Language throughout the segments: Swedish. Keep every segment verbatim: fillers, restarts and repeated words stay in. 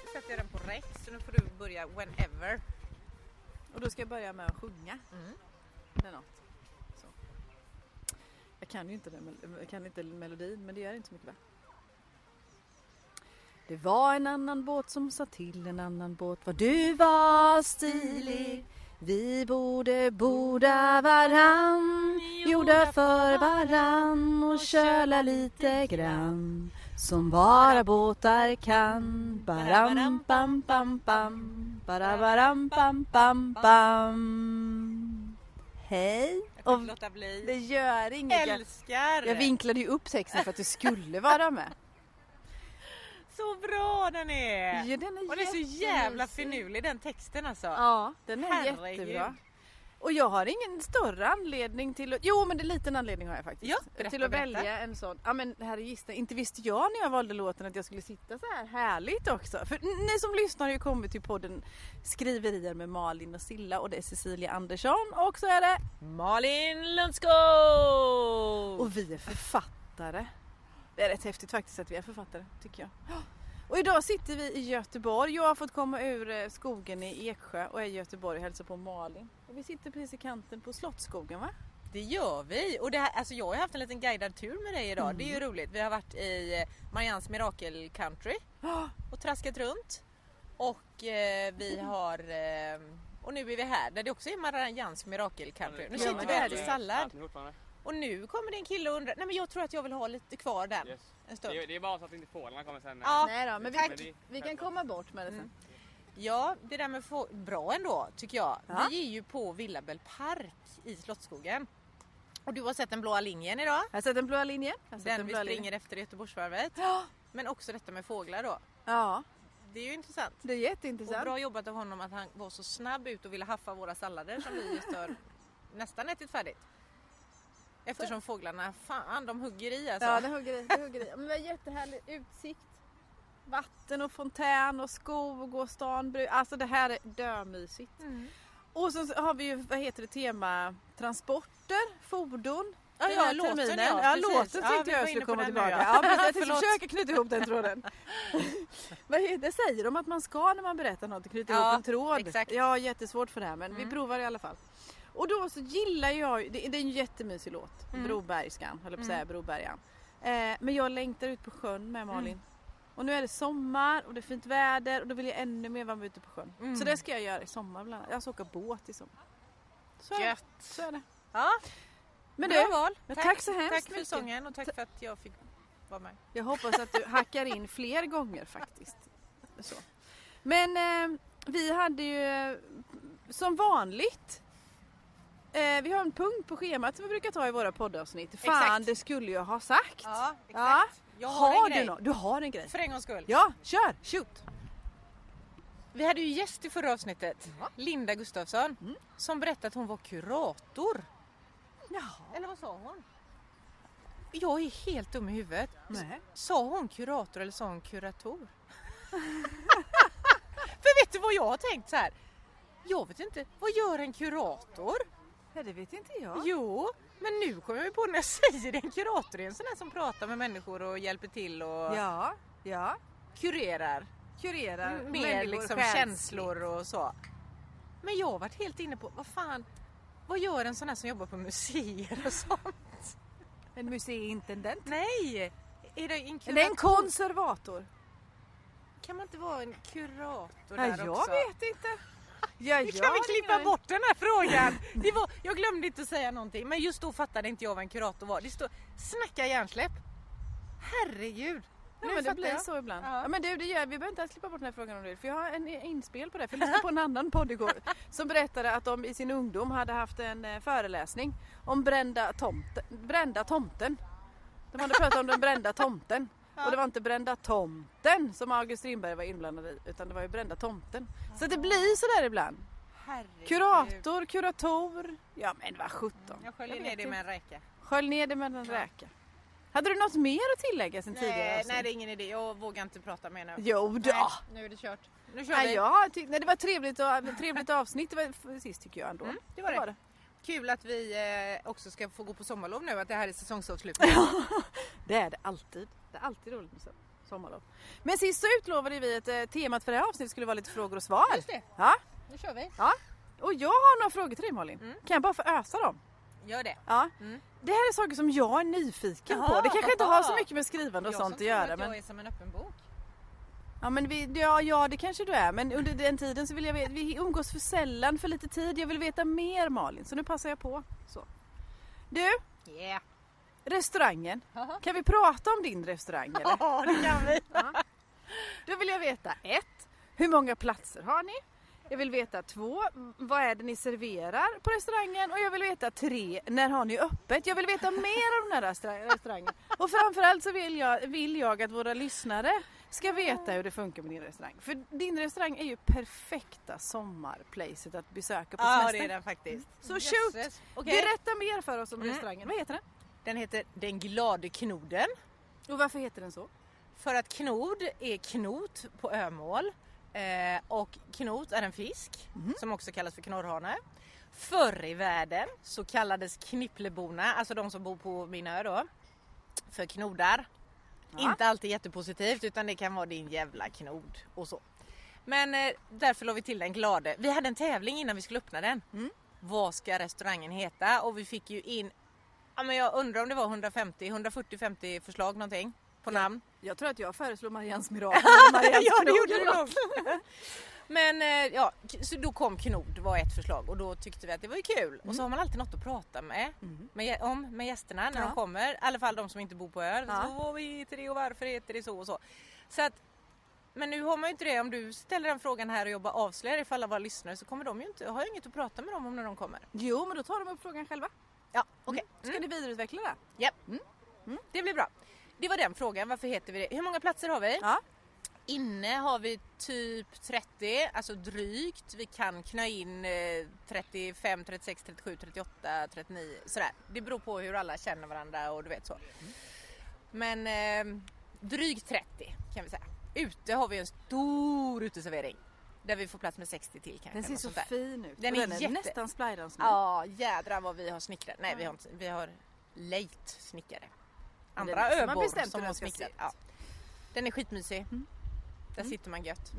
sätter jag den på rätt. Så nu får du börja whenever. Och då ska jag börja med att sjunga. Mm. Eller något. Så. Jag kan ju inte, den, jag kan inte melodin, men det gör inte så mycket va? Det var en annan båt som sa till en annan båt. Vad du var stilig. Vi borde borda varann. Gjorda för varann. Och köla lite grann. Som bara båtar kan. Baram pam pam pam. Barabaram pam pam pam. Hej. Jag kan Och inte låta bli. det gör inget. Älskar. Jag vinklade ju upp texten för att du skulle vara med. Så bra den är. Ja, den är och den är så jävla finurlig den texten alltså. Ja, den är Herregud. jättebra. Och jag har ingen större anledning till att... Jo, men en liten anledning har jag faktiskt. Ja, berätta, till att berätta. välja en sån... Ja, men herre gissna, inte visste jag när jag valde låten att jag skulle sitta så här härligt också. För ni som lyssnar har ju kommit till podden Skriverier med Malin och Silla. Och det är Cecilia Andersson. Och så är det... Malin Lundskog! Och vi är författare. Det är rätt häftigt faktiskt att vi är författare, tycker jag. Och idag sitter vi i Göteborg. Jag har fått komma ur skogen i Eksjö och är i Göteborg och hälsar på Malin. Och vi sitter precis i kanten på Slottsskogen, va? Det gör vi. Och det här, alltså jag har haft en liten guidad tur med dig idag. Mm. Det är ju roligt. Vi har varit i Mariannes Mirakel Country och traskat runt. Och eh, vi har... Eh, och nu är vi här där det också är Mariannes Mirakel Country. Nu sitter vi här i sallad. Och nu kommer det en kille och undrar, nej men jag tror att jag vill ha lite kvar den. Yes. En stund. Det, är, det är bara så att inte fåglarna kommer sen. Ja, nej då, men tack. vi, vi kan komma bort med det sen. Mm. Ja, det där med få, bra ändå tycker jag. Ja. Vi är ju på Villabell Park i Slottsskogen. Och du har sett den blåa linjen idag. Jag har sett den blåa linjen. Den, den vi springer linjen. efter Göteborgsvarvet. Ja. Men också detta med fåglar då. Ja. Det är ju intressant. Det är jätteintressant. Och bra jobbat av honom att han var så snabb ut och ville haffa våra sallader som vi just har nästan ätit färdigt. Eftersom fåglarna, fan, de hugger i alltså. Ja, de hugger i. De hugger i. Men det var jättehärlig utsikt. Vatten och fontän och skog och stan. Alltså det här är dömysigt. Mm. Och så har vi ju, vad heter det, tema transporter, fordon. Ja, ja, låten, terminen. ja, ja låten ja, tyckte jag skulle komma tillbaka. Nu, ja. Ja, precis, jag försöker knyta ihop den tråden. Vad det säger de att man ska när man berättar något, knyta ja, ihop en tråd. Exakt. Ja, jättesvårt för det här, men mm. vi provar i alla fall. Och då så gillar jag, det, det är en jättemysig låt, mm. Brobergskan, eller på att säga mm. Brobergan. Eh, men jag längtar ut på sjön med Malin. Mm. Och nu är det sommar och det är fint väder och då vill jag ännu mer vara ute på sjön. Mm. Så det ska jag göra i sommar bland annat. Jag ska åka båt i sommar. Så, Gött. så är det. Ja. Men bra du, val. Tack, tack så hemskt Tack för mycket. sången och tack för att jag fick vara med. Jag hoppas att du hackar in fler gånger faktiskt. Så. Men eh, vi hade ju som vanligt eh, vi har en punkt på schemat som vi brukar ta i våra poddavsnitt. Fan, exakt. Det skulle jag ha sagt. Ja, exakt. Ja. Jag har, har en grej. Du, no- du har en grej. För en gångs skull. Ja, kör, shoot. Vi hade ju gäst i förra avsnittet. Ja. Linda Gustafsson. Mm. Som berättade att hon var kurator. Ja. Eller vad sa hon? Jag är helt dum i huvudet. Nej. Sa hon kurator eller sa hon kurator? För vet du vad jag har tänkt så här? Jag vet inte. Vad gör en kurator? Ja, det vet inte jag. Jo, men nu kommer jag på när jag säger det. En kurator är en sån här som pratar med människor och hjälper till och Ja, ja. kurerar. Kurerar Mer människor liksom själsligt. känslor och så. Men jag har varit helt inne på, vad fan, vad gör en sån här som jobbar på museer och sånt? En museiintendent. Nej! Är det en kurator? Det är en konservator. Kan man inte vara en kurator Ja, där jag också? vet inte. Ja, Nu kan vi klippa ingen... bort den här frågan. Det var, jag glömde inte att säga någonting. Men just då fattade inte jag vad en kurator var. Det står, snacka hjärnsläpp. Herregud. Ja, nu men det blir jag. så ibland. Ja. Ja, men du, det gör, vi behöver inte ens klippa bort den här frågan om det. För jag har en inspel på det. För jag lyssnade på en annan podd igår. Som berättade att de i sin ungdom hade haft en eh, föreläsning om brända, tomte, brända tomten. De hade pratat om den brända tomten. Ja. Och det var inte brända tomten som August Strindberg var inblandad i. Utan det var ju brända tomten. Ja. Så det blir så där ibland. Herregud. Kurator, kurator. Ja men vad sjutton. Jag sköljer ner det med en räka. Skölj ner det med en ja. räka. Hade du något mer att tillägga sen nej, tidigare? Nej, det är ingen idé. Jag vågar inte prata mer nu. Jo då. Nej, nu är det kört. Nu kör nej, vi. ja, ty- nej, det var ett trevligt, och, trevligt avsnitt. Det var sist tycker jag ändå. Mm, det var det. det var det. Kul att vi eh, också ska få gå på sommarlov nu. Att det här är säsongsavslut. Det är det alltid. Det är alltid roligt med sommarlov. Men sist så utlovade vi att eh, temat för det här avsnittet skulle vara lite frågor och svar. Just det. Ja. Nu kör vi. Ja. Och jag har några frågor till dig, Malin. Mm. Kan jag bara få ösa dem? Gör det. Ja. Mm. Det här är saker som jag är nyfiken Jaha, på. Det kanske inte aha. har så mycket med skrivande och Jag sånt som att göra. tror att Men... jag är som en öppen bok. Ja, men vi, ja, ja, det kanske du är. Men under den tiden så vill jag veta, vi umgås för sällan, för lite tid. Jag vill veta mer, Malin. Så nu passar jag på. Så. Du, Yeah. restaurangen. Jaha. Kan vi prata om din restaurang? Eller? Ja, det kan vi. Ja. Då vill jag veta ett, hur många platser har ni? Jag vill veta två, vad är det ni serverar på restaurangen? Och jag vill veta tre, när har ni öppet? Jag vill veta mer om den här restaurang- restaurangen. Och framförallt så vill jag, vill jag att våra lyssnare ska veta hur det funkar med din restaurang. För din restaurang är ju perfekta sommarplacet att besöka på Ja, semester. det är den faktiskt. Så shoot! Jösses. Okej. Berätta mer för oss om Mm. restaurangen. Vad heter den? Den heter Den glade knoden. Och varför heter den så? För att knod är knot på ömål. Eh, och knot är en fisk Mhm. som också kallas för knorrhane. Förr i världen så kallades knippleborna, alltså de som bor på min ö då, för knodar. Ja. Inte alltid jättepositivt, utan det kan vara din jävla knod och så. Men eh, därför la vi till den glade. Vi hade en tävling innan vi skulle öppna den. Mm. Vad ska restaurangen heta? Och vi fick ju in, ja, men jag undrar om det var hundrafemtio, hundrafyrtio femtio förslag någonting på namn. Jag tror att jag föreslår Marians mirakel. Marians Ja, det knod. gjorde du nog. Men eh, ja, k- så då kom knod, var ett förslag, och då tyckte vi att det var ju kul. Och så har man alltid något att prata med, Mm. med gä- om med gästerna när Ja. de kommer. I alla fall de som inte bor på ön. Ja. Så, vad heter det och varför heter det så och så. Så att, men nu har man ju inte det. Om du ställer den frågan här och jobbar avslöjar det för alla våra lyssnare, så kommer de ju inte, har ju inget att prata med dem om när de kommer. Jo, men då tar de upp frågan själva. Ja, okej. Ska ni vidareutveckla det? Japp. Mm. Mm. Det blir bra. Det var den frågan. Varför heter vi det? Hur många platser har vi? Ja. Inne har vi typ trettio, alltså drygt. Vi kan knö in eh, trettiofem, trettiosex, trettiosju, trettioåtta, trettionio. Sådär. Det beror på hur alla känner varandra och du vet så. Men eh, drygt trettio kan vi säga. Ute har vi en stor uteservering. Där vi får plats med sextio till kanske. Den ser något så sånt där. fin ut. Den Och är den är jätte- nästan splajrans nu. Ja, jädrar vad vi har snickrat. Nej, vi har, inte, vi har lejt snickare. Men det är Andra ni som har öbor bestämt som hur har den ska se snickrat. ut. Ja. Den är skitmysig. Mm. Där Mm. sitter man gött.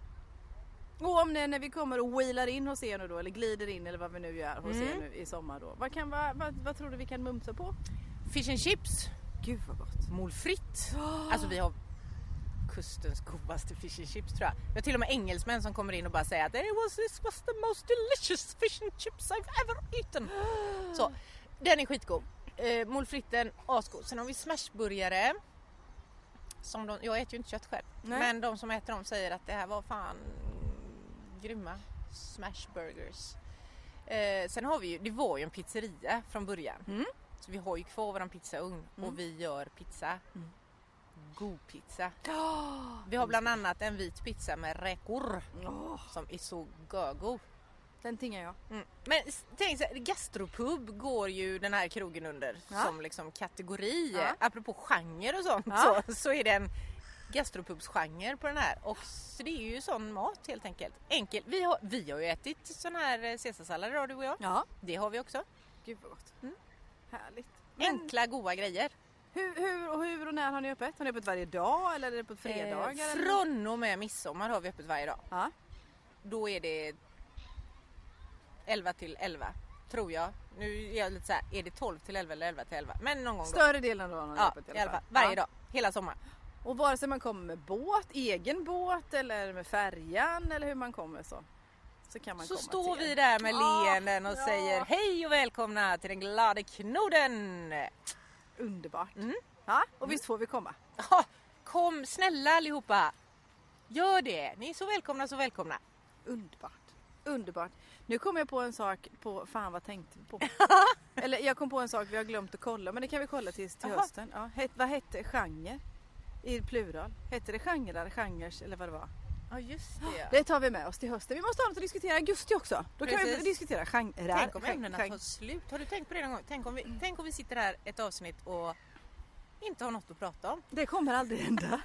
Och om ni, när vi kommer och wheelar in hos er nu då, eller glider in eller vad vi nu gör hos Mm. er nu i sommar då. Vad, kan, vad, vad, vad tror du vi kan mumsa på? Fish and chips. Gud vad gott. Målfritt. Alltså vi har kustens godaste fish and chips tror jag. Vi har till och med engelsmän som kommer in och bara säger att it was, this was the most delicious fish and chips I've ever eaten. Så, den är skitgod. Eh, målfritten, asgod. Sen har vi smashburgare. Som de, jag äter ju inte kött själv. Nej. Men de som äter dem säger att det här var fan grymma smashburgers. Eh, sen har vi ju, det var ju en pizzeria från början. Mm. Så vi har ju kvar våran pizzaugn Mm. och vi gör pizza. Mm. God pizza. Vi har bland annat en vit pizza med räkor Åh, som är så gögo. den tingar jag. Mm. Men s- tänk så här, gastropub går ju den här krogen under Ja. som liksom kategori. Ja. Apropå genre och sånt Ja. så, så är det en gastropubsgenre på den här. Och så det är ju sån mat helt enkelt. Enkel. Vi har, vi har ju ätit sån här eh, caesarsallad idag, du och jag. Ja. Det har vi också. Gud vad gott. Mm. Härligt. Men Enkla, goda grejer. hur, hur, och hur och när har ni öppet? Har ni öppet varje dag eller är det på fredagar? Eh, eller? från och med midsommar har vi öppet varje dag. Ja. Då är det elva till elva, tror jag. Nu är jag lite så här, är det tolv till elva eller elva till elva? Men någon gång då. Större delen av dagen har ni Ja, öppet i alla fall. Varje Ja. dag, hela sommaren. Och vare sig man kommer med båt, egen båt eller med färjan eller hur man kommer så, så kan man Så komma står till vi er. där med Ja, leenden och ja. säger hej och välkomna till den glada knoden. Underbart. Mm. Ja, och visst får vi komma. Ja, kom snälla allihopa. Gör det. Ni är så välkomna, så välkomna. Underbart. Underbart. Nu kom jag på en sak på, fan vad tänkte vi på? Eller jag kom på en sak vi har glömt att kolla, men det kan vi kolla till, till Aha. hösten. Ja, het, vad hette genre? I plural. Hette det genrer, genres eller vad det var? Ja, just det. Ja. Det tar vi med oss till hösten. Vi måste ha något att diskutera i augusti också. Då kan Precis. vi diskutera genrer. Tänk om gen- ämnena gen- tar slut. Har du tänkt på det någon gång? Tänk om vi, tänk om vi sitter här ett avsnitt och inte har något att prata om. Det kommer aldrig hända.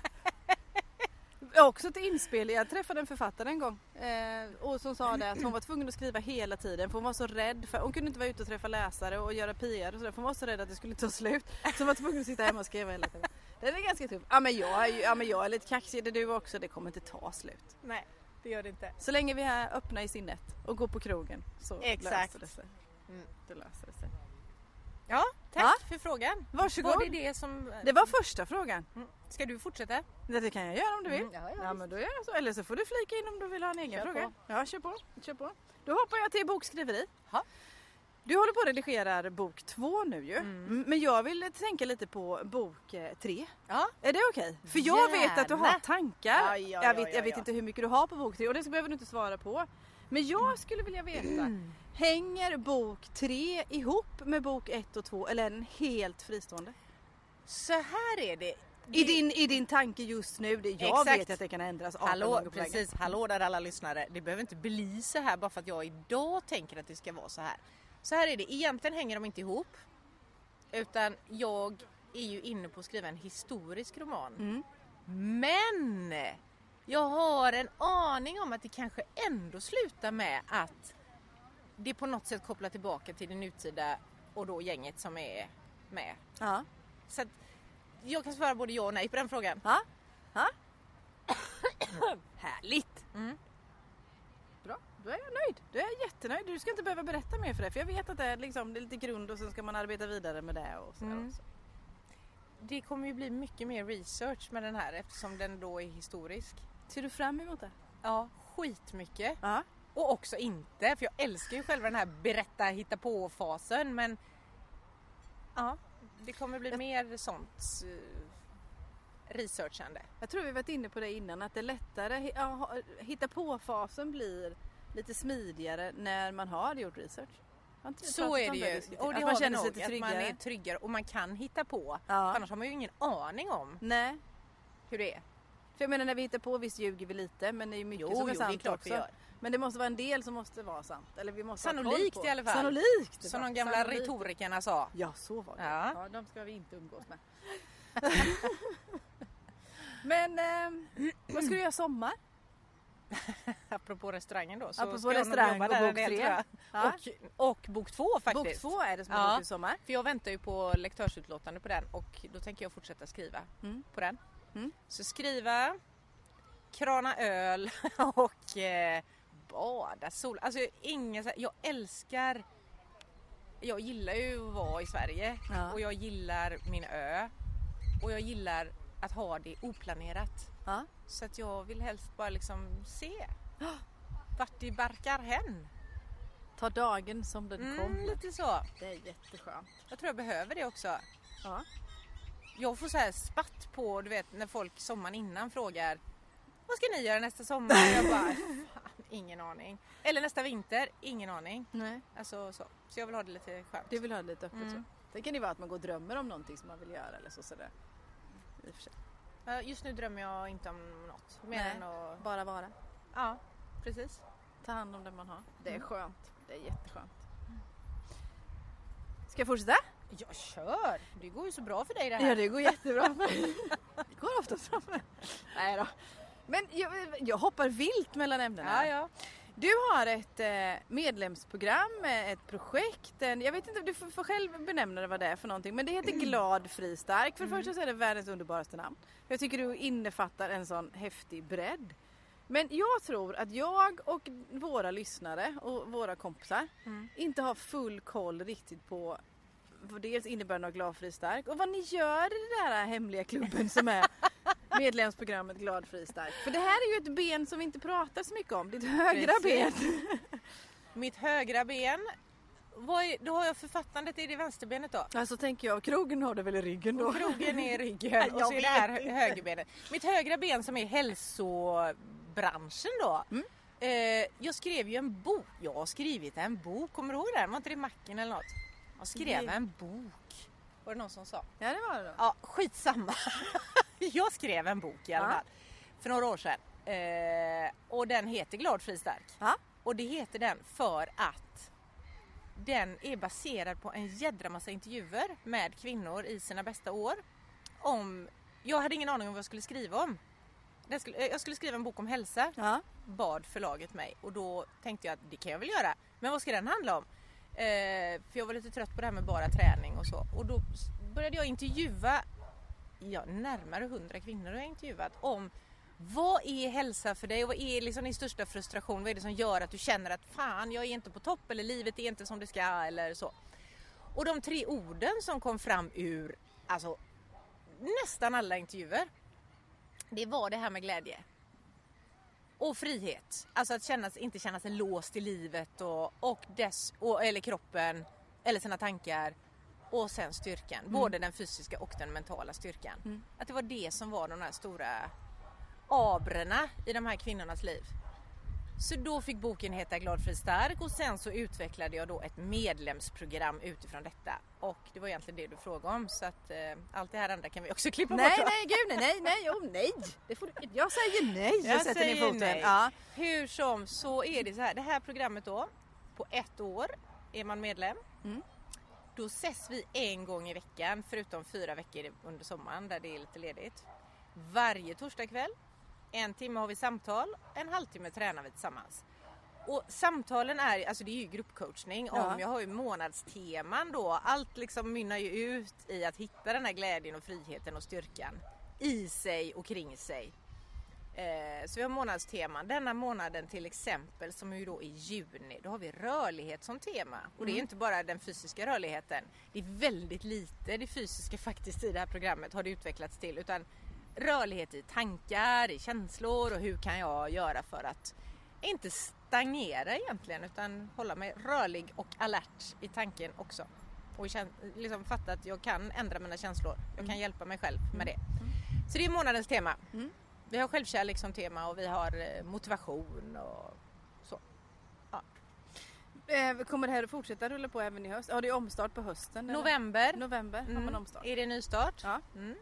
Också ett inspel. Jag träffade en författare en gång eh, och som sa det att hon var tvungen att skriva hela tiden för hon var så rädd för hon kunde inte vara ute och träffa läsare och göra P R och sådär för hon var så rädd att det skulle ta slut så hon var tvungen att sitta hemma och skriva hela tiden. Den är ganska tuff. Ja men jag är, ju, ja, men jag är lite kaxig, det är du också. Det kommer inte ta slut. Nej, det gör det inte. Så länge vi är öppna i sinnet och går på krogen så Exakt. löser det sig. Mm. Det löser det sig. Ja, tack Ja. för frågan. Varsågod. Var det det som... Det var första frågan. Mm. Ska du fortsätta? Det kan jag göra om du vill. Mm, ja, ja, ja men då gör jag så. Eller så får du flika in om du vill ha en egen Kör fråga. på. Ja, kör på. Kör på. Då hoppar jag till bokskriveri. Ha. Du håller på att redigera bok två nu ju. Mm. Mm, Men jag vill tänka lite på bok eh, tre. Ja. Är det okej? För jag vet att du har Gärna. tankar. Ja, ja, jag ja, vet, ja, jag vet ja. inte hur mycket du har på bok tre och det behöver du inte svara på. Men jag skulle vilja veta, hänger bok tre ihop med bok ett och två eller är den helt fristående? Så här är det. I din, I din tanke just nu, det, jag Exakt. vet att det kan ändras arton Hallå, gånger på vägen. precis. Hallå där alla lyssnare. Det behöver inte bli så här bara för att jag idag tänker att det ska vara så här. Så här är det. Egentligen hänger de inte ihop. Utan jag är ju inne på att skriva en historisk roman. Mm. Men jag har en aning om att det kanske ändå slutar med att det på något sätt kopplar tillbaka till det nutida och då gänget som är med. Ja. Så att jag kan svara både ja och nej på den frågan. Ja. Ja. Härligt. Mm. Bra, då är jag nöjd. Då är jag jättenöjd. Du ska inte behöva berätta mer för det. För jag vet att det är, liksom, det är lite grund och sen ska man arbeta vidare med det. Och så Mm. också. Det kommer ju bli mycket mer research med den här eftersom den då är historisk. Ser du fram emot det? Ja, skitmycket. Ja. Och också inte, för jag älskar ju själva den här berätta, hitta på-fasen. Men ja, det kommer bli mer sånt uh, researchande. Jag tror vi varit inne på det innan. Att det är lättare, ja, ha- hitta på-fasen blir lite smidigare när man har gjort research. Har inte vi Så pratat är om det ju. lite? Och Att det man har vi känner sig nog, lite att man tryggare. är tryggare och man kan hitta på. Ja. Annars har man ju ingen aning om Nej. hur det är. För jag menar när vi hittar på, visst ljuger vi lite. Men det är ju mycket Jo, som är jo, det är sant klart också. vi gör. Men det måste vara en del som måste vara sant. Eller vi måste ha koll Sannolikt på. i alla fall. Sannolikt. Som va? de gamla Sannolikt. retorikerna sa. Ja, så var det. Ja. Ja, de ska vi inte umgås med. Men eh, vad ska du göra sommar? Apropå restaurangen då. Så Apropå ska jag nog restaurang jobba och där en bok del, tre. tror jag. Ja. Och, och bok två faktiskt. Bok två är det som Ja. har gått i sommar. För jag väntar ju på lektörsutlåtande på den och då tänker jag fortsätta skriva Mm. på den. Mm. Så skriva, krana öl och eh, bada, sol. Alltså ingen, så här- jag älskar, jag gillar ju att vara i Sverige Ja. och jag gillar min ö och jag gillar att ha det oplanerat. Ja. Så att jag vill helst bara liksom se vart det barkar hän. Ta dagen som den Mm, kommer. lite så. Det är jätteskönt. Jag tror jag behöver det också. Ja. Jag får så här spatt på, du vet, när folk sommaren innan frågar vad ska ni göra nästa sommar? Jag bara, fan, ingen aning. Eller nästa vinter, ingen aning. Nej. Alltså så. Så jag vill ha det lite skönt. Du vill ha det lite öppet Mm. så. Det kan ju vara att man går och drömmer om någonting som man vill göra eller så. så det. I och för sig. Ja, just nu drömmer jag inte om något. Mer Nej. än att... Bara vara. Ja, precis. Ta hand om det man har. Det är Mm. skönt. Det är jätteskönt. Ska jag fortsätta? Jag kör! Det går ju så bra för dig det här. Ja, det går jättebra för mig. Det går oftast bra för mig. Nej då. Men jag, jag hoppar vilt mellan ämnena. Ja, ja. Du har ett eh, medlemsprogram, eh, ett projekt. En, jag vet inte, du får, får själv benämna det vad det är för någonting. Men det heter Glad, fri, stark. För det första så är det världens underbaraste namn. Jag tycker du innefattar en sån häftig bredd. Men jag tror att jag och våra lyssnare och våra kompisar Mm. inte har full koll riktigt på vad dels innebörden av Glad, fri, stark och vad ni gör i den där hemliga klubben som är medlemsprogrammet Glad, fri, stark. För det här är ju ett ben som vi inte pratar så mycket om. Ditt högra ben. Precis. Mitt högra ben. Vad är, då har jag författandet i det vänsterbenet då. Ja, så tänker jag. Krogen har det väl i ryggen då? Och krogen är i ryggen Jag och så är det vet här inte. högerbenet. Mitt högra ben som är hälsobranschen då. Mm. Eh, jag skrev ju en bok. Jag har skrivit en bok. Kommer du ihåg det? Var inte det Macken eller något? Jag skrev Nej. en bok. Var det någon som sa? Ja, det var det då. Ja, skitsamma. Jag skrev en bok i alla Ja. fall. För några år sedan. Eh, och den heter Glad, fri, stark. Ja. Och det heter den för att den är baserad på en jädra massa intervjuer med kvinnor i sina bästa år. Om, jag hade ingen aning om vad jag skulle skriva om. Jag skulle, jag skulle skriva en bok om hälsa. Ja. Bad förlaget mig. Och då tänkte jag att det kan jag väl göra. Men vad ska den handla om? Eh, för jag var lite trött på det här med bara träning och så. Och då började jag intervjua ja, närmare hundra kvinnor har jag intervjuat om vad är hälsa för dig och vad är liksom din största frustration? Vad är det som gör att du känner att fan, jag är inte på topp eller livet är inte som det ska eller så. Och de tre orden som kom fram ur alltså nästan alla intervjuer, det var det här med glädje. Och frihet. Alltså att kännas, inte känna sig låst i livet och, och dess, och, eller kroppen eller sina tankar. Och sen styrkan. Mm. Både den fysiska och den mentala styrkan. Mm. Att det var det som var de här stora abrorna i de här kvinnornas liv. Så då fick boken heta Glad, fri, stark. Och sen så utvecklade jag då ett medlemsprogram utifrån detta. Och det var egentligen det du frågade om. Så att eh, allt det här andra kan vi också klippa nej, bort. Nej, nej, gud, nej, nej, oh, nej. Det får du, jag säger nej. Jag, jag sätter säger ner foten. Nej. Ja. Hur som så är det så här. Det här programmet då, på ett år är man medlem. Mm. Då ses vi en gång i veckan, förutom fyra veckor under sommaren där det är lite ledigt. Varje torsdagkväll, en timme har vi samtal, en halvtimme tränar vi tillsammans. Och samtalen är, alltså det är ju gruppcoachning, ja. om jag har ju månadsteman då. Allt liksom mynnar ju ut i att hitta den här glädjen och friheten och styrkan i sig och kring sig. Eh, så vi har månadsteman. Denna månaden till exempel, som är ju då i juni, då har vi rörlighet som tema. Och det är inte bara den fysiska rörligheten. Det är väldigt lite det fysiska faktiskt i det här programmet har det utvecklats till. Utan rörlighet i tankar, i känslor och hur kan jag göra för att inte stagnera egentligen utan hålla mig rörlig och alert i tanken också. Och liksom fatta att jag kan ändra mina känslor. Jag kan hjälpa mig själv med det. Så det är månadens tema. Mm. Vi har självkärlek som tema och vi har motivation och så. Ja. Kommer det här att fortsätta rulla på även i höst? Ja, det är omstart på hösten. November. Eller? November mm. har man omstart. Är det nystart? Ja. Mm.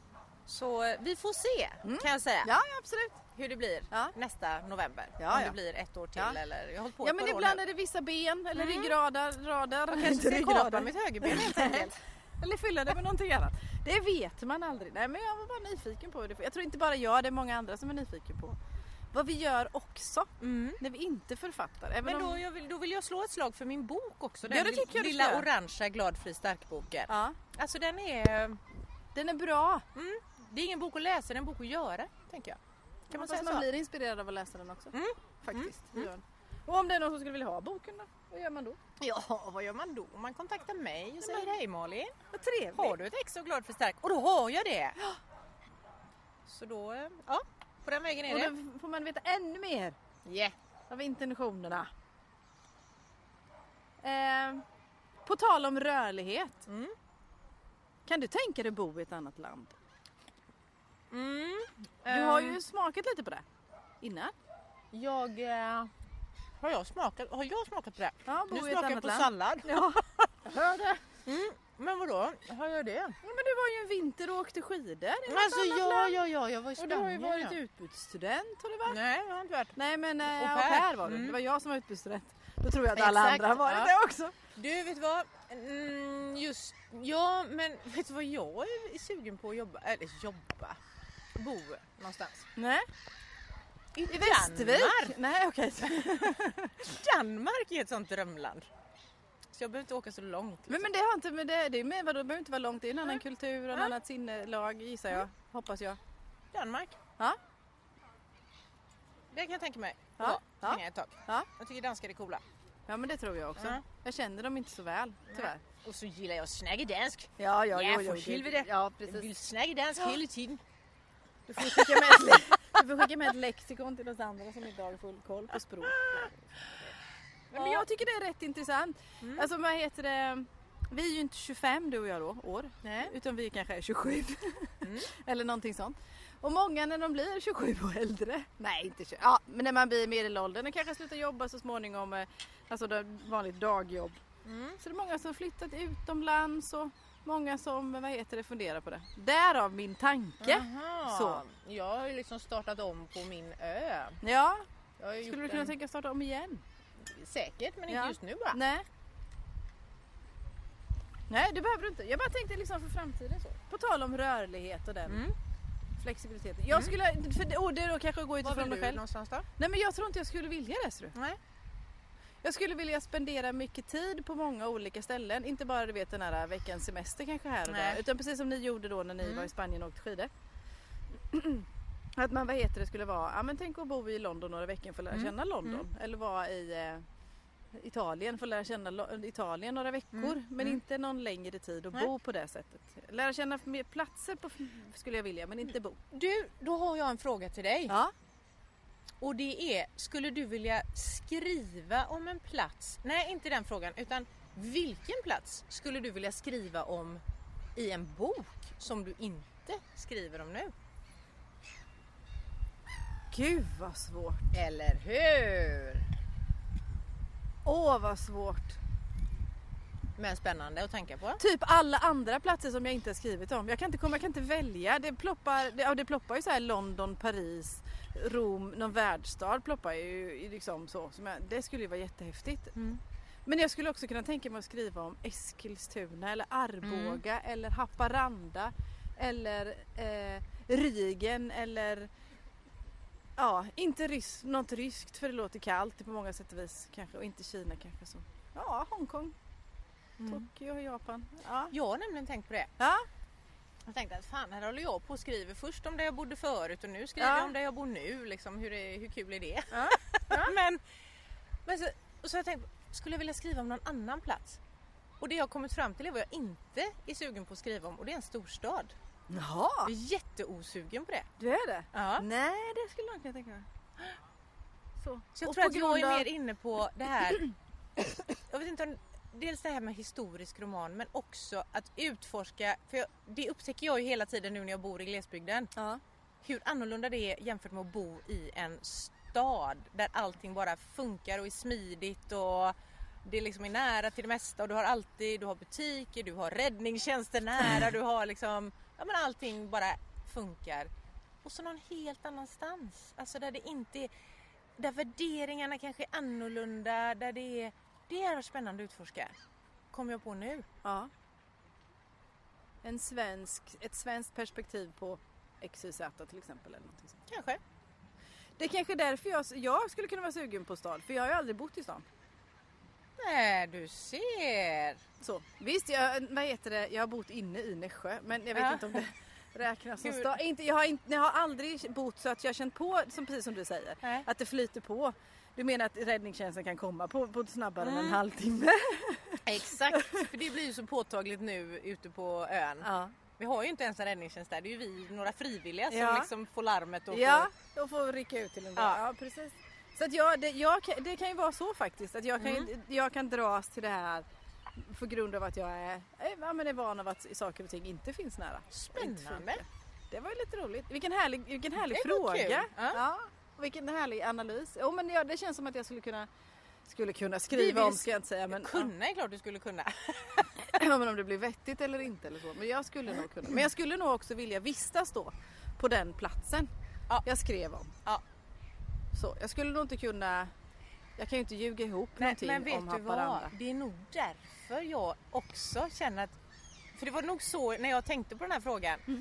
Så vi får se mm. kan jag säga. Ja, ja, absolut. Hur det blir ja. nästa november. Ja, om ja. det blir ett år till ja. eller jag har hållit på Ja, men ibland är det vissa ben eller mm. ryggrader, rader. Jag kanske ska kapa mitt högerben helt enkelt. Eller fylla det med någonting annat. Det vet man aldrig. Nej, men jag var bara nyfiken på det. Jag tror inte bara jag, det är många andra som är nyfiken på vad vi gör också mm. när vi inte författar. Även men då, om... jag vill, då vill jag slå ett slag för min bok också. Den den ja, det lilla jag orangea Glad, fri, stark-boken. Ja. Alltså den är... Den är bra. Mm. Det är ingen bok att läsa, det är en bok att göra, tänker jag. Kan ja, man säga man så? blir inspirerad av att läsa den också. Mm. Faktiskt. Mm. Mm. Och om det är någon som skulle vilja ha boken då? Vad gör man då? Ja, vad gör man då? Man kontaktar mig och säger hej Malin. Vad trevligt. Har du ett ex och Glad, för stark? Och då har jag det. Ja. Så då, ja, på den vägen är och det. Och då får man veta ännu mer. Yeah. Av intentionerna. Eh, på tal om rörlighet. Mm. Kan du tänka dig bo i ett annat land? Mm. Du har ju smakat lite på det innan. Jag... Eh... Har jag smakat, har jag smakat på det? Ja, nu smakar jag på land. sallad. Ja, jag hör det. Mm, men vadå? Har jag det? Ja, men du var ju en vinter och åkte skidor i alltså, ja, land. ja, ja, jag var i Spanien. Och du har ju varit ja. utbytesstudent, har du varit? Nej, jag har inte varit. Nej, men äh, au pair. pair var du. Mm. Det var jag som var utbytesstudent. Då tror jag att alla Exakt. andra har varit ja. det också. Du, vet vad? Mm, just, ja, men vet du vad jag är sugen på att jobba? Eller jobba? Bo någonstans. Nej. I, I Västervik? Nej, okej. Okay. Danmark är ett sånt drömland. Så jag behöver inte åka så långt. Liksom. Men, men det har inte med det, det är med, vadå, det behöver inte vara långt. Det är en annan mm. kultur, en ja. annat sinnelag, gissar jag. Mm. Hoppas jag. Danmark? Ja. Det kan jag tänka mig. Ja. Ja. Ett tag. Ja. Jag tycker danskar är coola. Ja, men det tror jag också. Ja. Jag känner dem inte så väl, tyvärr. Ja. Och så gillar jag snaggedansk. Ja, ja, ja, jo, jo, det. Ja, precis. Jag vill snaggedansk ja. hela tiden. Du får skicka med ett, le- du får skicka med ett lexikon till oss andra som inte har full koll på språk. Ja. Men jag tycker det är rätt intressant. Mm. Alltså, vad heter det? Vi är ju inte tjugofem, du och jag då, år. Nej. Utan vi kanske är tjugosju. Mm. Eller någonting sånt. Och många när de blir tjugosju och äldre. Nej, inte tjugo. Ja, men när man blir medelåldern och kanske slutar jobba så småningom. Alltså det vanligt dagjobb. Mm. Så det är många som har flyttat utomlands och många som, vad heter det, funderar på det. Därav min tanke. Aha. Så. Jag har ju liksom startat om på min ö. Ja, jag skulle du kunna en... tänka starta om igen? Säkert, men ja. inte just nu bara. Nej. Nej, det behöver du inte. Jag bara tänkte liksom för framtiden så. På tal om rörlighet och den mm. flexibiliteten. Jag mm. skulle, för, och det då kanske går utifrån mig själv. Någonstans då? Nej, men jag tror inte jag skulle vilja det, tror du. Nej. Jag skulle vilja spendera mycket tid på många olika ställen. Inte bara du vet den här veckans semester kanske här och där. Utan precis som ni gjorde då när ni mm. var i Spanien och åkte skidor. Att man, vad heter det, skulle vara, ja men tänk att bo i London några veckor för att lära känna London. Mm. Eller vara i eh, Italien för att lära känna Lo- Italien några veckor. Mm. Men mm. inte någon längre tid och Nej. bo på det sättet. Lära känna mer platser på, skulle jag vilja, men inte bo. Du, då har jag en fråga till dig. Ja. Och det är, skulle du vilja skriva om en plats? Nej, inte den frågan, utan vilken plats skulle du vilja skriva om i en bok som du inte skriver om nu? Gud vad svårt. Eller hur? Åh vad svårt. Men spännande att tänka på. Typ alla andra platser som jag inte har skrivit om. Jag kan inte komma, jag kan inte välja. Det ploppar, det, ja, det ploppar ju så här London, Paris, Rom, någon världsstad ploppar ju liksom så. Som jag, det skulle ju vara jättehäftigt. Mm. Men jag skulle också kunna tänka mig att skriva om Eskilstuna eller Arboga mm. eller Haparanda eller eh, Rügen eller ja, inte rys, något ryskt för det låter kallt på många sätt och vis kanske, och inte Kina kanske så. Ja, Hongkong. Mm. Tokyo och Japan. Ja. Jag har nämligen tänkt på det. Ja. Jag tänkte att fan, här håller jag på och skriver först om det jag bodde förut och nu skriver ja. jag om det jag bor nu. Liksom, hur, är, hur kul är det? Ja. Ja. men men så, och så har jag tänkt, skulle jag vilja skriva om någon annan plats? Och det jag har kommit fram till är vad jag inte är sugen på att skriva om, och det är en storstad. Jaha. Jag är jätteosugen på det. Du är det? Ja. Nej, det skulle jag kunna tänka mig. Så, så jag och tror att jag är av... mer inne på det här. Jag vet inte om dels det här med historisk roman, men också att utforska, för jag, det upptäcker jag ju hela tiden nu när jag bor i glesbygden. Ja. Hur annorlunda det är jämfört med att bo i en stad där allting bara funkar och är smidigt och det liksom är nära till det mesta, och du har alltid, du har butiker, du har räddningstjänster nära, du har liksom, ja men allting bara funkar. Och så någon helt annanstans, alltså där det inte är, där värderingarna kanske är annorlunda, där det är, det är spännande att utforska. Kommer jag på nu. Ja. En svensk, ett svenskt perspektiv på X Y Z till exempel eller någonting sånt. Kanske. Det är kanske därför jag, jag skulle kunna vara sugen på stad, för jag har ju aldrig bott i stan. Nej, du ser. Så, visst, jag, vad heter det? Jag har bott inne i Nässjö, men jag vet ja. inte om det räknas som stad. Inte, jag, har inte, jag har aldrig bott så att jag har känt på, som, precis som du säger, Nej. att det flyter på. Du menar att räddningstjänsten kan komma på, på snabbare mm. än en halvtimme? Exakt, för det blir ju så påtagligt nu ute på ön. Ja. Vi har ju inte ens en räddningstjänst där, det är ju vi, några frivilliga som ja. liksom får larmet och ja, får... och får rycka ut till en ja. ja, precis. Så att jag, det, jag, det kan ju vara så faktiskt, att jag kan, mm. jag kan dras till det här på grund av att jag är, ja, men är van av att saker och ting inte finns nära. Spännande. Det var ju lite roligt. Vilken härlig, vilken härlig fråga. Ja. Ja, vilken härlig analys. Oh, men ja, det känns som att jag skulle kunna, skulle kunna skriva om, ska jag inte säga. Men, kunna är klart du skulle kunna. Ja, men om det blir vettigt eller inte eller så. Men jag skulle nog kunna. Men jag skulle nog också vilja vistas då på den platsen ja. jag skrev om. Ja. Så, jag skulle nog inte kunna, jag kan ju inte ljuga ihop men, någonting men vet om du Haparanda. vad? Det är nog därför jag också känner att, för det var nog så när jag tänkte på den här frågan, mm.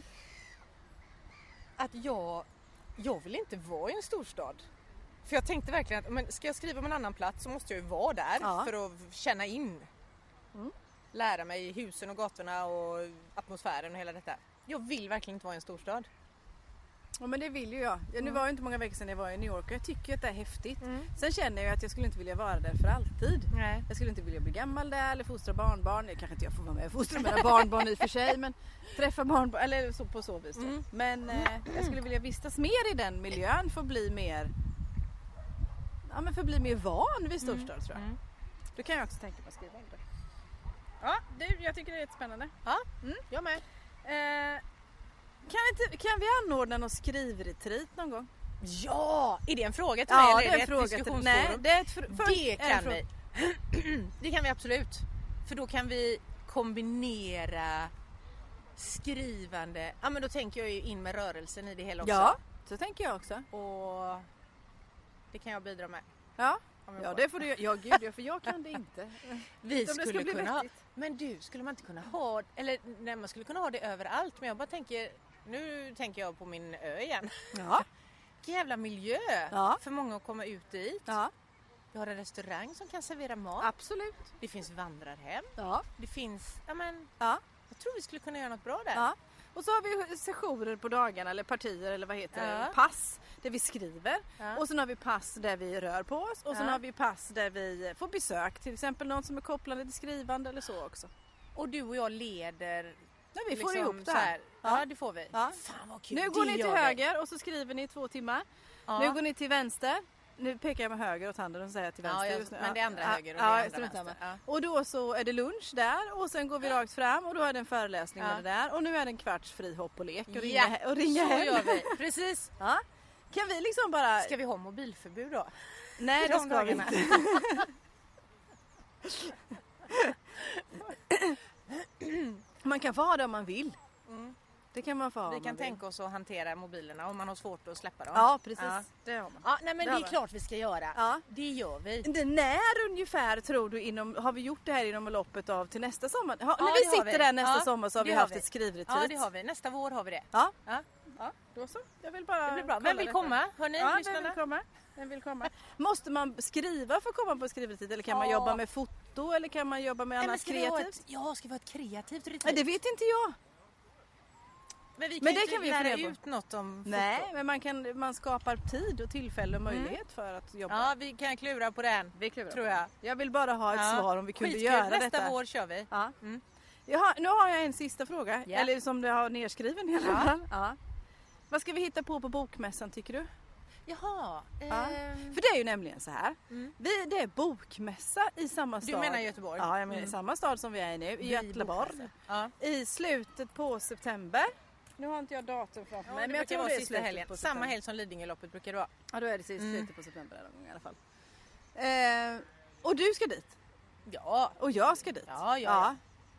att jag, jag vill inte vara i en storstad. För jag tänkte verkligen att, men ska jag skriva om en annan plats så måste jag ju vara där ja. för att känna in. Mm. Lära mig husen och gatorna och atmosfären och hela detta. Jag vill verkligen inte vara i en storstad. Ja, men det vill ju jag. Nu mm. var ju inte många veckor sedan jag var i New York och jag tycker att det är häftigt. Mm. Sen känner jag att jag skulle inte vilja vara där för alltid. Nej. Jag skulle inte vilja bli gammal där eller fostra barnbarn. Jag kanske inte jag får vara med och fostra mina barnbarn i och för sig, men träffa barnbarn eller så på så vis. Mm. Men eh, jag skulle vilja vistas mer i den miljön för att bli mer ja, men för att bli mer van vid storstad mm. tror jag. Mm. Då kan jag också tänka mig att skriva om det. Ja, du, jag tycker det är jättespännande. Ja, mm. jag med. Eh, Kan, inte, kan vi anordna någon skrivretreat någon gång? Ja! Är det en fråga till ja, mig eller det är, är det ett diskussionsforum? Nej, det är ett för, för, det kan vi. Det kan vi absolut. För då kan vi kombinera skrivande. Ja, men då tänker jag ju in med rörelsen i det hela också. Ja, så tänker jag också. Och det kan jag bidra med. Ja, ja det får du. Ja, gud, ja, för jag kan det inte. Vi skulle kunna ha, men du, skulle man inte kunna ha, eller nej, man skulle kunna ha det överallt, men jag bara tänker, nu tänker jag på min ö igen. Ja. Vilken jävla miljö ja. för många att komma ut dit. Ja. Vi har en restaurang som kan servera mat. Absolut. Det finns vandrarhem. Ja. Det finns, ja men, Ja. jag tror vi skulle kunna göra något bra där. Ja. Och så har vi sessioner på dagarna eller partier eller vad heter Ja. det? Pass där vi skriver. Ja. Och sen har vi pass där vi rör på oss. Och sen Ja. har vi pass där vi får besök. Till exempel någon som är kopplad till skrivande eller så också. Och du och jag leder. Nej, vi får liksom ihop det så här. Ja. Ja. det får vi. Ja. Fan vad kul. Nu går Det ni till gör vi. höger och så skriver ni i två timmar. Ja. Nu går ni till vänster. Nu pekar jag med höger åt handen och säger till vänster Ja, jag, just nu. men det är andra Ja. höger och Ja, det är strunt andra samma. vänster. Ja. Och då så är det lunch där och sen går vi rakt fram och då är det en föreläsning Ja. med det där. Och nu är det en kvarts fri hopp och lek och ringa, Ja, he- och ringa så hem. gör vi. Precis. Ja. Kan vi liksom bara... Ska vi ha mobilförbud då? Nej, för det de ska vi dagarna? inte. Man kan få ha det om man vill. Mm. Det kan man få ha Vi om kan man vill. tänka oss att hantera mobilerna om man har svårt att släppa dem. Ja, precis. Ja. Det har man. Ja, nej men Det det har är vi. klart vi ska göra. Ja. Det gör vi. Det, när ungefär tror du inom, har vi gjort det här inom loppet av till nästa sommar? Ha, Ja, när det vi har sitter vi. där nästa Ja, sommar så har det vi har haft vi. ett skrivretreat. Ja, det har vi. Nästa vår har vi det. Ja. Ja. Ja, då så. Jag vill bara Det blir bra. kolla Vem vill detta. komma? Hör ni, Ja, vem lyssnarna? vill komma? Vem vill komma? Måste man skriva för att komma på skrivretreat eller kan man Ja. jobba med foto eller kan man jobba med Nej, men annat ska vi ha kreativt? ett, ja, ska vi ha ett kreativt retreat? Nej, det vet inte jag. Men vi kan Men ju det inte kan vi lära fundera på. ut något om foto. Nej, men man, kan, man skapar tid och tillfälle och möjlighet för att jobba. Ja, vi kan klura på den. Vi klurar tror på jag. det. Jag vill bara ha ett Ja. svar om vi kunde Skitkul. göra Nästa detta. vår kör vi. Ja. Mm. Jag har, nu har jag en sista fråga. Ja. Eller som du har nedskriven i alla Ja. fall. Ja. Vad ska vi hitta på på bokmässan tycker du? Jaha. Ja. ehm, För det är ju nämligen så här. Mm. Vi, det är bokmässa i samma Du stad. menar Göteborg? Ja, jag menar Mm. samma stad som vi är i nu. I Vi Göteborg. bokmässa. Ja. I slutet på september. Nu har inte jag datum framför Ja, mig. det Men jag brukar tror vara det är sista slutet helgen. på Samma september. helg som Lidingöloppet brukar det vara. Ja, då är det sist- Mm. slutet på september någon gång i alla fall. Eh, och du ska dit. Ja. Och jag ska dit. Ja, ja,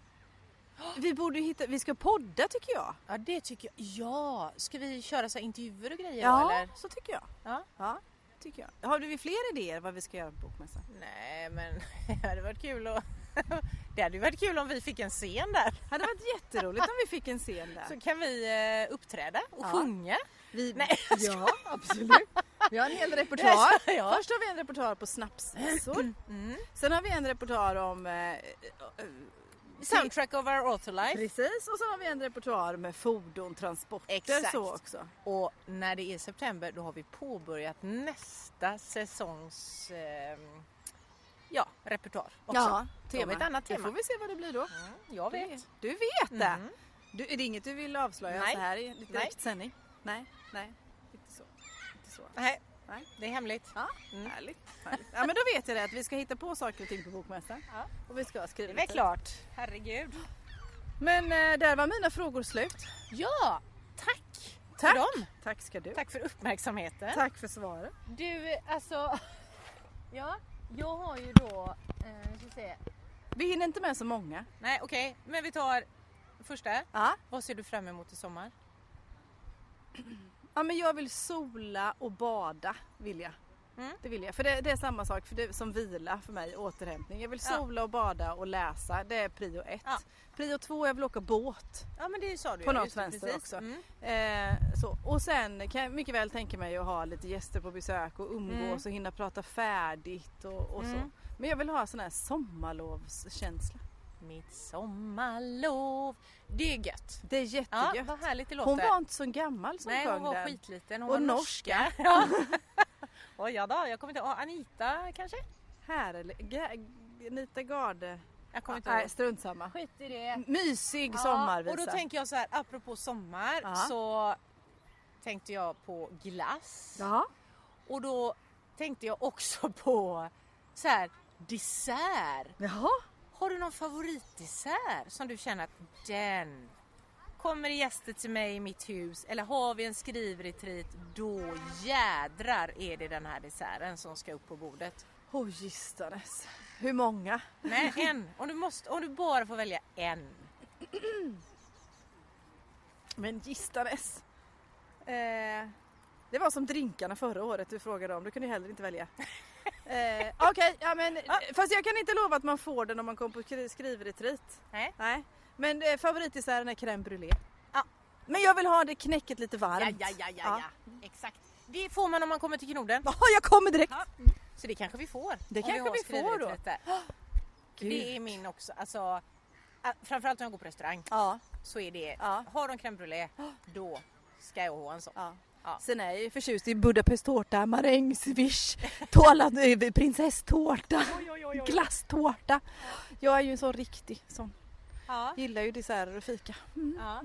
Vi borde ju hitta, vi ska podda tycker jag. Ja, det tycker jag. Ja. Ska vi köra så här intervjuer och grejer Ja, då, eller? så tycker jag. Ja. Ja, tycker jag. Har du fler idéer vad vi ska göra på bokmässan? Nej, men det hade varit kul att... Det hade ju varit kul om vi fick en scen där. Det hade varit jätteroligt om vi fick en scen där. Så kan vi eh, uppträda och Ja. sjunga. Vi, Nej, jag ja, absolut. Vi har en hel repertoar. Ja. Först har vi en repertoar på snapsmässor. Mm. Sen har vi en repertoar om... Eh, eh, Soundtrack of our authorlife. precis, och sen har vi en repertoar med fordon, transporter Exakt. så också. Och när det är september då har vi påbörjat nästa säsongs eh, ja, repertoar också. Ja, Då har vi ett annat Det tema. får vi se vad det blir då. Mm, jag vet. Du vet det. Mm. Du, är det inget du vill avslöja Nej. så här i lite Nej. direkt sändning? Nej, nej, inte så. Inte så. Nej, Nej. det är hemligt. Ja, Mm. härligt, härligt. Ja, men då vet jag det att vi ska hitta på saker och ting på bokmässan. Ja. Och vi ska skriva Det är väl lite. klart. Herregud. Men eh, där var mina frågor slut. Ja, tack, Tack. för dem. Tack ska du. Tack för uppmärksamheten. Tack för svaret. Du, alltså... Ja, jag har ju då... Eh, vi ska se. Vi hinner inte med så många. Nej, okej. Men vi tar första. Ja. Vad ser du fram emot i sommar? Ja, men jag vill sola och bada vill jag. Mm. Det vill jag. För det, det är samma sak för det, som vila för mig, återhämtning. Jag vill Ja. sola och bada och läsa. Det är prio ett. Ja. Prio två, jag vill åka båt. Ja, men det sa du På ju. något Just det, vänster precis. också. Mm. Eh, så. Och sen kan jag mycket väl tänka mig att ha lite gäster på besök och umgås Mm. och hinna prata färdigt och, och så. Mm. Men jag vill ha sån här sommarlovskänsla. Mitt sommarlov. Det är gött. Det är Ja, jättegött. vad härligt det låter. Hon var inte så gammal som Nej, sjöng hon var den. skitliten. Hon Och var norska. Ja. Oj, ja då. Jag kommer inte ihåg. Anita kanske? Härlig. Ga- Anita Garde. Jag kommer inte Nej, ihåg. strunt samma. Skit i det. Mysig Ja, sommarvisa. och då tänker jag så här, apropå sommar Ja. så tänkte jag på glass. Ja. Och då tänkte jag också på så här dessert. Jaha. Har du någon favoritdessert som du känner att den kommer gäster till mig i mitt hus eller har vi en skrivretreat, då jädrar är det den här desserten som ska upp på bordet. Åh, gistades. Hur många? Nej, en. Om du, måste, om du bara får välja en. Men gistades. Eh, det var som drinkarna förra året du frågade om. Du kunde heller inte välja. Eh, Okej, okay, ja, men Ja. fast jag kan inte lova att man får den om man kommer på skri- skrivretreat. Nej. Nej. Men eh, favoritdesserten är crème brûlée. Ja. Men jag vill ha det knäcket lite varmt. Ja, ja, ja, ja, ja. Exakt. det får man om man kommer till Knoden. Ja, jag kommer direkt. Ja. Så det kanske vi får. Det om kanske vi, har vi får skrivit då. lite. Gud. Det är min också. Alltså, ä- framförallt när jag går på restaurang Ja, så är det, Ja. har de crème brûlée, då ska jag ha en sån. ja. Ja. Sen är jag ju förtjust i Budapesttårta, marängsviss, tålad eh, prinsesstårta, Oj, oj, oj, oj. glasstårta. Jag är ju en sån riktig sån. Ja. Gillar ju desserter och fika. Mm. Ja.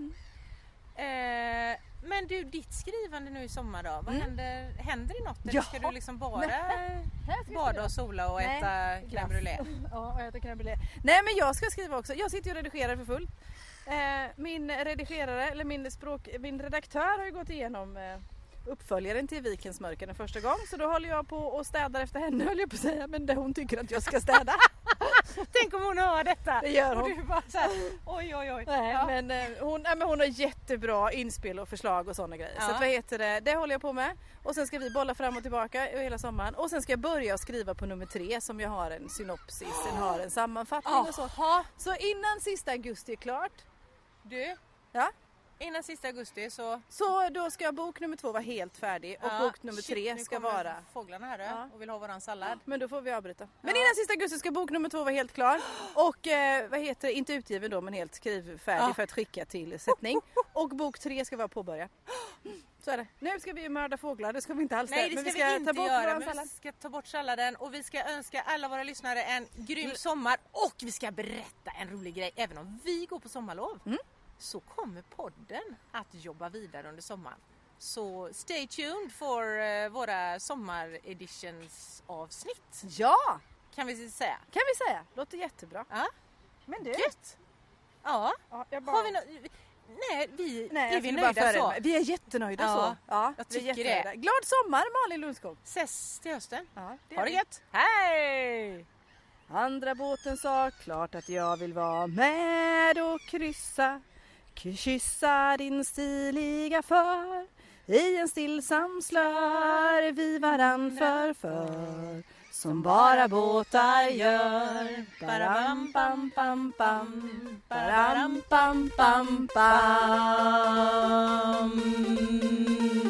Eh, men du, ditt skrivande nu i sommar då, vad Mm. händer, händer det något? Eller Ja. ska du liksom bara Här ska jag bada skriva. och sola och Nej, äta crème brûlée? Ja, och äta crème brûlée. Nej, men jag ska skriva också. Jag sitter ju och redigerar för fullt. Eh, min redigerare, eller min språk, min redaktör har ju gått igenom eh, uppföljaren till Vikens mörker en första gång. Så då håller jag på och städar efter henne, höll jag på att säga. Men det hon tycker att jag ska städa. Tänk om hon hör detta! Det gör Och hon. du bara så här, oj oj oj. Nej, Ja. men, eh, hon, nej, men hon har jättebra inspel och förslag och sådana grejer. Ja. Så att, vad heter det? Det håller jag på med. Och sen ska vi bolla fram och tillbaka hela sommaren. Och sen ska jag börja skriva på nummer tre som jag har en synopsis, den har en sammanfattning och så. Jaha, Så innan sista augusti är klart. du, Ja. innan sista augusti så... Så då ska bok nummer två vara helt färdig och Ja, bok nummer shit, tre nu ska kommer vara... fåglarna här Ja. och vill ha våran sallad. Men då får vi avbryta. Men Ja. innan sista augusti ska bok nummer två vara helt klar. Och eh, vad heter det? Inte utgiven då men helt skrivfärdig Ja. för att skicka till sättning. Och bok tre ska vara påbörjad. Så är det. Nu ska vi ju mörda fåglar, det ska vi inte alls. Nej, det men ska vi ska vi inte ta bort göra, våran men sallad. vi ska ta bort salladen och vi ska önska alla våra lyssnare en grym sommar och vi ska berätta en rolig grej. Även om vi går på sommarlov Mm. så kommer podden att jobba vidare under sommaren. Så stay tuned för uh, våra sommareditions avsnitt, Ja, kan vi säga. kan vi säga. Låter jättebra. Ja, Men du. gött! Ja, Ja, jag bara... har vi no- Nej, vi, Nej, är jag vi skulle bara nöjda så? föra- Vi är jättenöjda Ja, så. Ja, jag vi är tycker jättenöjda. det. Glad sommar Malin Lundskog. Ses till hösten. Ja, Ha det gött! Hej! Andra båten sa klart att jag vill vara med och kryssa, kyssa din stiliga för. I en stillsam slör vi varann för för som bara båtar gör. Baram pam pam pam, baram pam pam pam.